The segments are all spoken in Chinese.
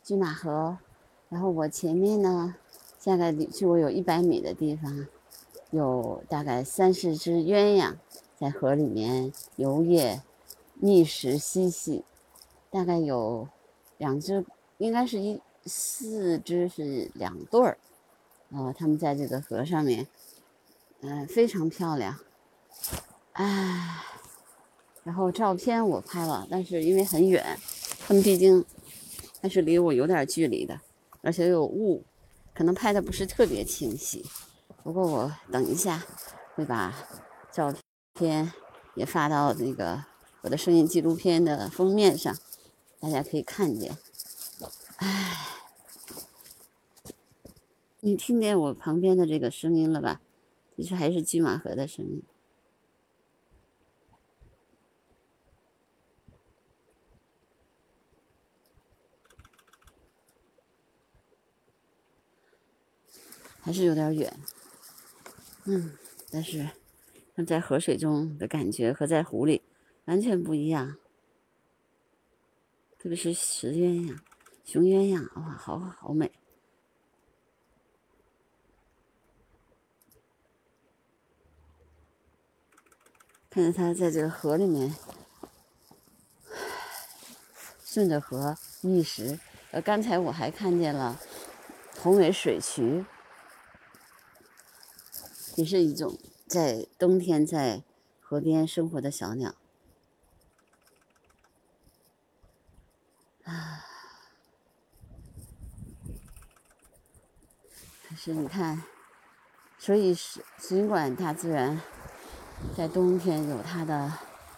拒马河。然后我前面呢，大概距我有100米的地方，有大概30只鸳鸯在河里面游曳、觅食嬉戏。大概有2只，应该是4只是2对儿，他们在这个河上面，非常漂亮。然后照片我拍了，但是因为很远，他们毕竟还是离我有点距离的，而且有雾，可能拍的不是特别清晰。不过我等一下会把照片也发到那个我的声音纪录片的封面上，大家可以看见。你听见我旁边的这个声音了吧？其实还是拒马河的声音。还是有点远，但是在河水中的感觉和在湖里完全不一样，特别是石鸳鸯、雄鸳鸯，哇，好美！看着它在这个河里面顺着河觅食。刚才我还看见了红尾水渠，也是一种在冬天在河边生活的小鸟。可是你看，所以尽管大自然在冬天有它的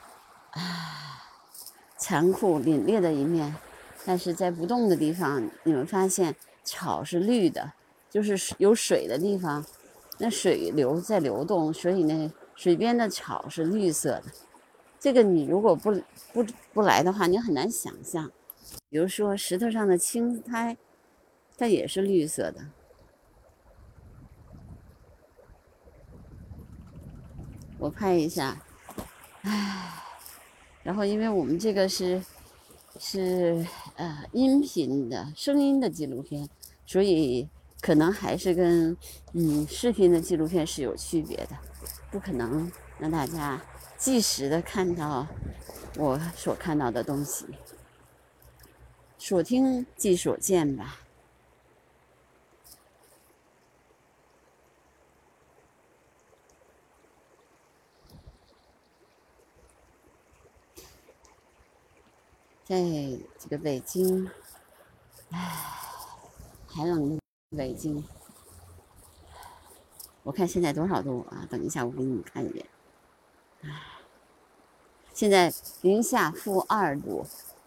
残酷凛冽的一面，但是在不动的地方，你们发现草是绿的，就是有水的地方，那水在流动，所以那水边的草是绿色的。这个你如果不来的话，你很难想象。比如说石头上的青苔，它也是绿色的。我拍一下，然后因为我们这个是音频的声音的纪录片，所以可能还是跟视频的纪录片是有区别的，不可能让大家即时的看到我所看到的东西，所听即所见吧。在这个北京，寒冷的北京，我看现在多少度啊？等一下我给你们看一眼。现在零下-2度，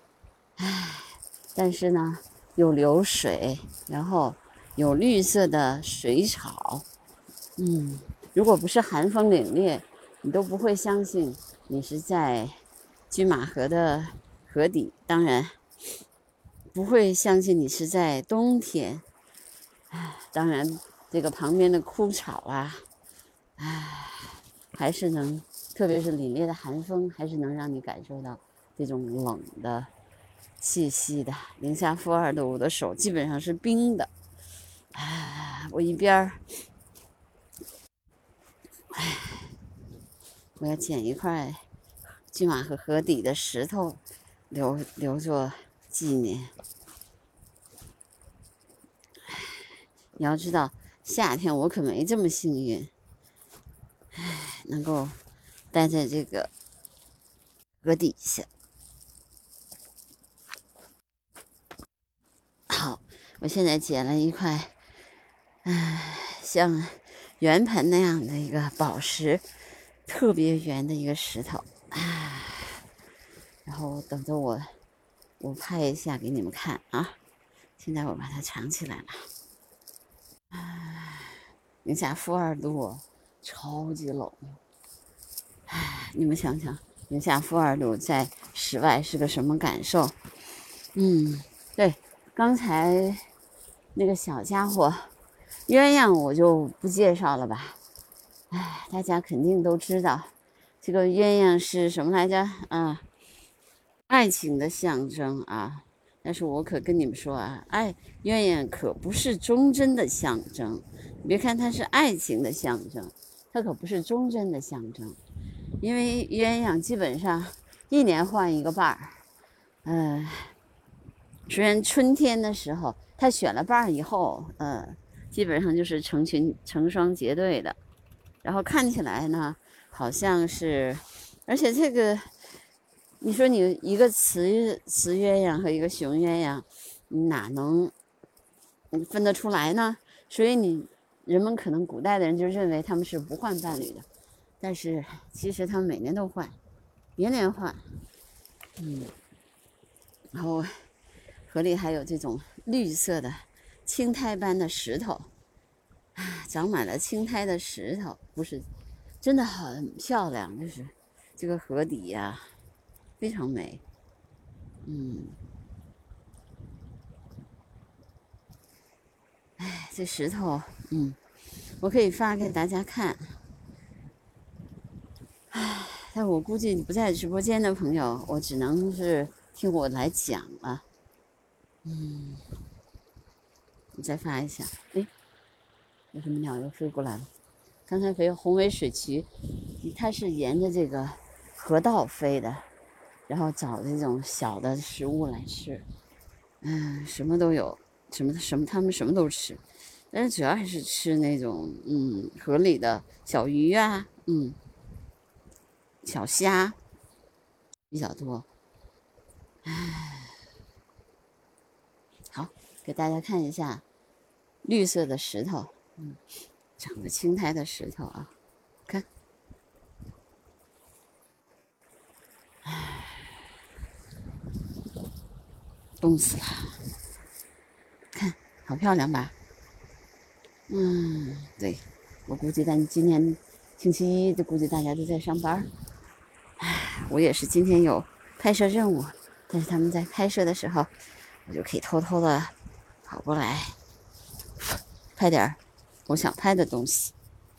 但是呢，有流水，然后有绿色的水草，如果不是寒风凛冽，你都不会相信你是在拒马河的河底，当然不会相信你是在冬天。当然这个旁边的枯草啊，还是能，特别是凛冽的寒风，还是能让你感受到这种冷的气息的。零下-2度，我的手基本上是冰的。我一边我要捡一块拒马河河底的石头，留作纪念。你要知道，夏天我可没这么幸运，能够待在这个河底下。好，我现在捡了一块，像圆盘那样的一个宝石，特别圆的一个石头，然后等着我拍一下给你们看啊。现在我把它藏起来了。零下-2度，超级冷。你们想想，零下-2度在室外是个什么感受？对，刚才那个小家伙鸳鸯我就不介绍了吧。大家肯定都知道，这个鸳鸯是什么来着？爱情的象征啊， 但是我可跟你们说啊，鸳鸯可不是忠贞的象征。你别看它是爱情的象征，它可不是忠贞的象征。因为鸳鸯基本上一年换一个伴儿，虽然春天的时候它选了伴儿以后，基本上就是成群成双结对的，然后看起来呢好像是，而且这个。你说你一个雌鸳鸯和一个雄鸳鸯，你哪能分得出来呢？所以人们可能古代的人就认为他们是不换伴侣的，但是其实他们每年都换，年年换。然后河里还有这种绿色的青苔般的石头，长满了青苔的石头，不是真的很漂亮，就是这个河底呀，非常美。这石头，我可以发给大家看。但我估计你不在直播间的朋友，我只能是听我来讲了。你再发一下。哎，有什么鸟又飞过来了？刚才飞红尾水渠，它是沿着这个河道飞的，然后找这种小的食物来吃。什么都有，它们什么都吃，但是主要还是吃那种河里的小鱼啊，小虾比较多。好，给大家看一下绿色的石头，长着青苔的石头啊，看，冻死了，看，好漂亮吧？对，我估计今天星期一，估计大家都在上班。我也是今天有拍摄任务，但是他们在拍摄的时候，我就可以偷偷的跑过来拍点我想拍的东西。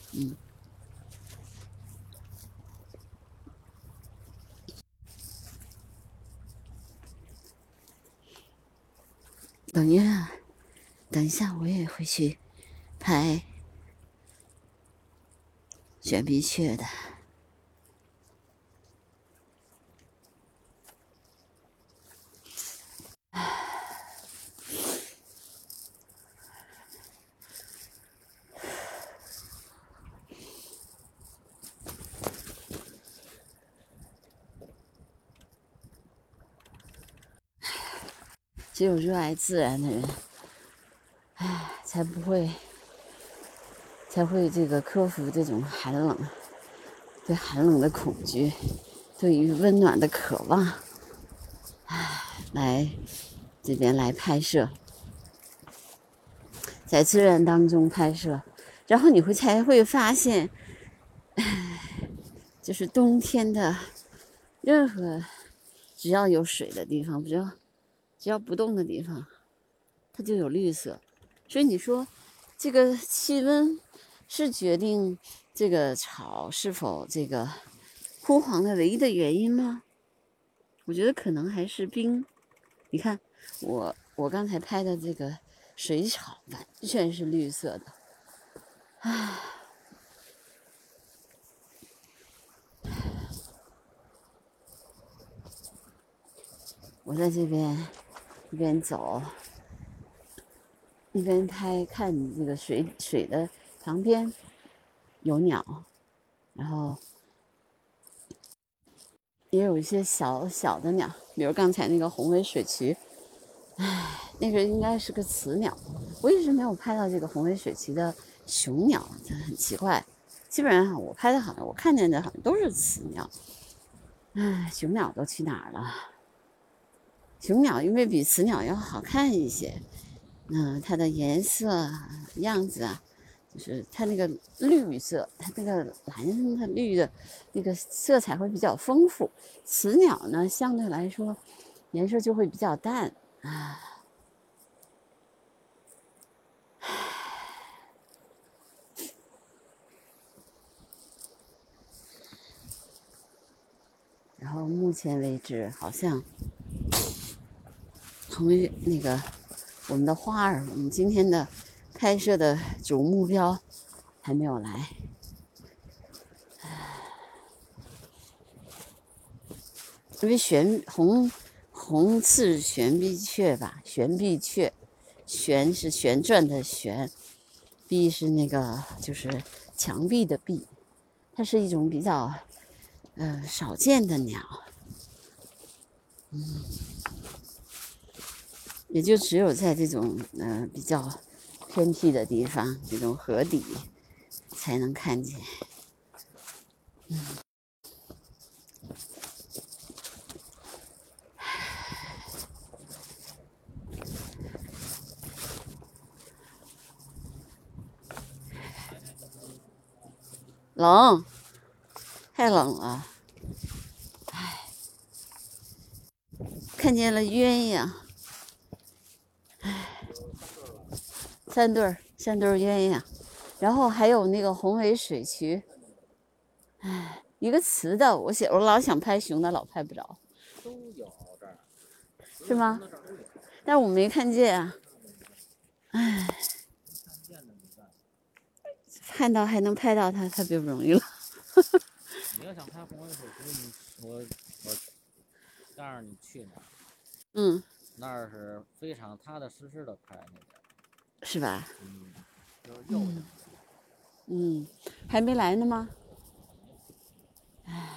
等一下，我也会去拍卷鼻雀的。只有热爱自然的人，才会这个克服这种寒冷，对寒冷的恐惧，对于温暖的渴望，来这边来拍摄，在自然当中拍摄，然后你才会发现，就是冬天的任何只要有水的地方，只要不动的地方，它就有绿色。所以你说，这个气温是决定这个草是否这个枯黄的唯一的原因吗？我觉得可能还是冰。你看，我刚才拍的这个水草完全是绿色的，我在这边一边走一边看这个水的旁边有鸟，然后也有一些小小的鸟，比如刚才那个红尾水渠，那个应该是个雌鸟，我一直没有拍到这个红尾水渠的雄鸟，这很奇怪。基本上我拍的好像我看见的好像都是雌鸟，雄鸟都去哪儿了？雄鸟因为比雌鸟要好看一些，它的颜色样子啊，就是它那个绿色，它那个蓝的绿的那个色彩会比较丰富。雌鸟呢，相对来说颜色就会比较淡啊。然后目前为止，好像那个我们的花儿，我们今天的拍摄的主目标还没有来。因为红刺悬臂雀吧，悬臂雀，悬是旋转的旋，壁是那个就是墙壁的壁，它是一种比较少见的鸟，也就只有在这种比较偏僻的地方，这种河底才能看见。冷，太冷了。唉，看见了鸳鸯，三对鸳鸯，然后还有那个红尾水渠。唉，一个雌的，我老想拍雄的，老拍不着。 都有这儿， 是吗？但是我没看见啊。唉，看到还能拍到它，特别不容易了。 你要想拍红尾水渠，我告诉你去哪儿？那儿是非常踏踏实实的拍那边， 是吧？ 就是右边。还没来呢吗？唉，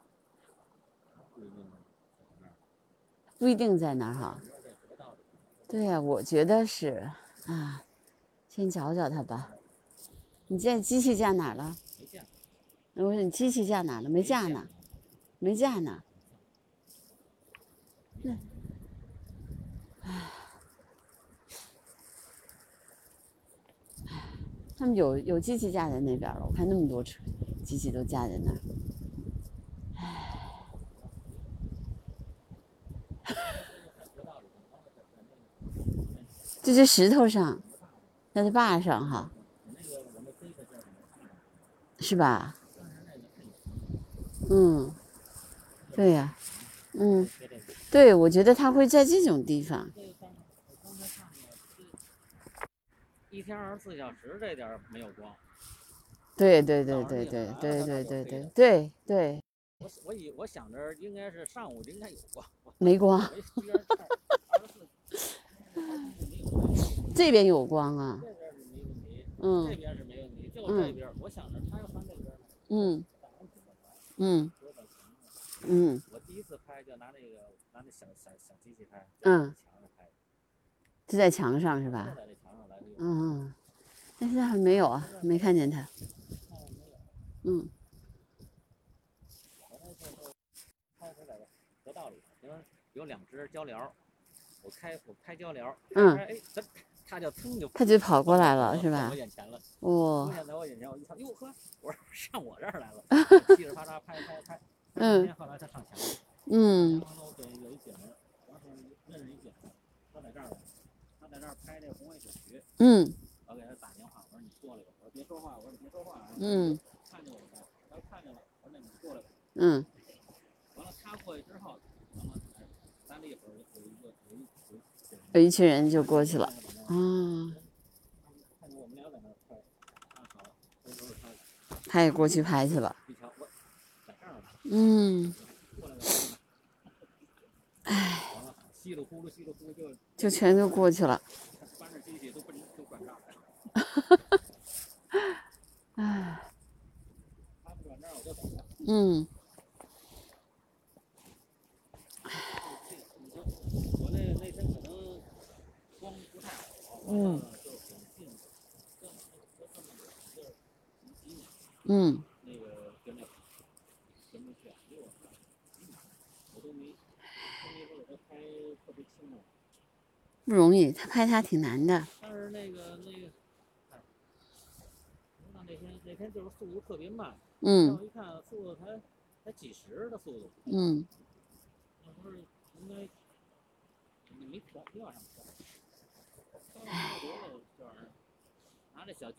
不一定在那儿哈。对呀，我觉得是啊，先找找他吧。你现在机器架哪儿了？ 没架。 我说你机器架哪儿了？没架呢，没架呢。他们有机器架在那边了，我看那么多车，机器都架在那儿。这是石头上，那是坝上哈，是吧？对呀，对，我觉得它会在这种地方。 一天24小时这点没有光。 对。 我想着应该是上午应该有光， 没光。这边有光啊。 这边是没问题，就这边，我想着他要上这边。我第一次拍就拿那小机器拍。 就在墙上是吧？但是还没有啊，没看见他。 河道里，因为有2只鹪鹩，我拍鹪鹩，它就跑过来了是吧？ 我眼前了， 出现在我眼前，我一看，哟呵，我说上我这儿来了，噼里啪啦拍，后来它上墙了，然后我给有一姐们，当时认识一姐们，她在这儿拍那个红尾水渠，我给她打电话，我说你过来吧，我说别说话，我说你别说话，看见我了，她说看见了，我说那你过来吧，完了她过去之后，咱这一会儿有一群人就过去了。他也过去拍去了。唉，就全都过去了。唉， 我那天可能光不太好。那个跟那去，我都没说我拍特别清楚。 不容易，他拍他挺难的。 但是那天就是速度特别慢。我一看速度才几十的速度。那不是应该没往上跳。拿这小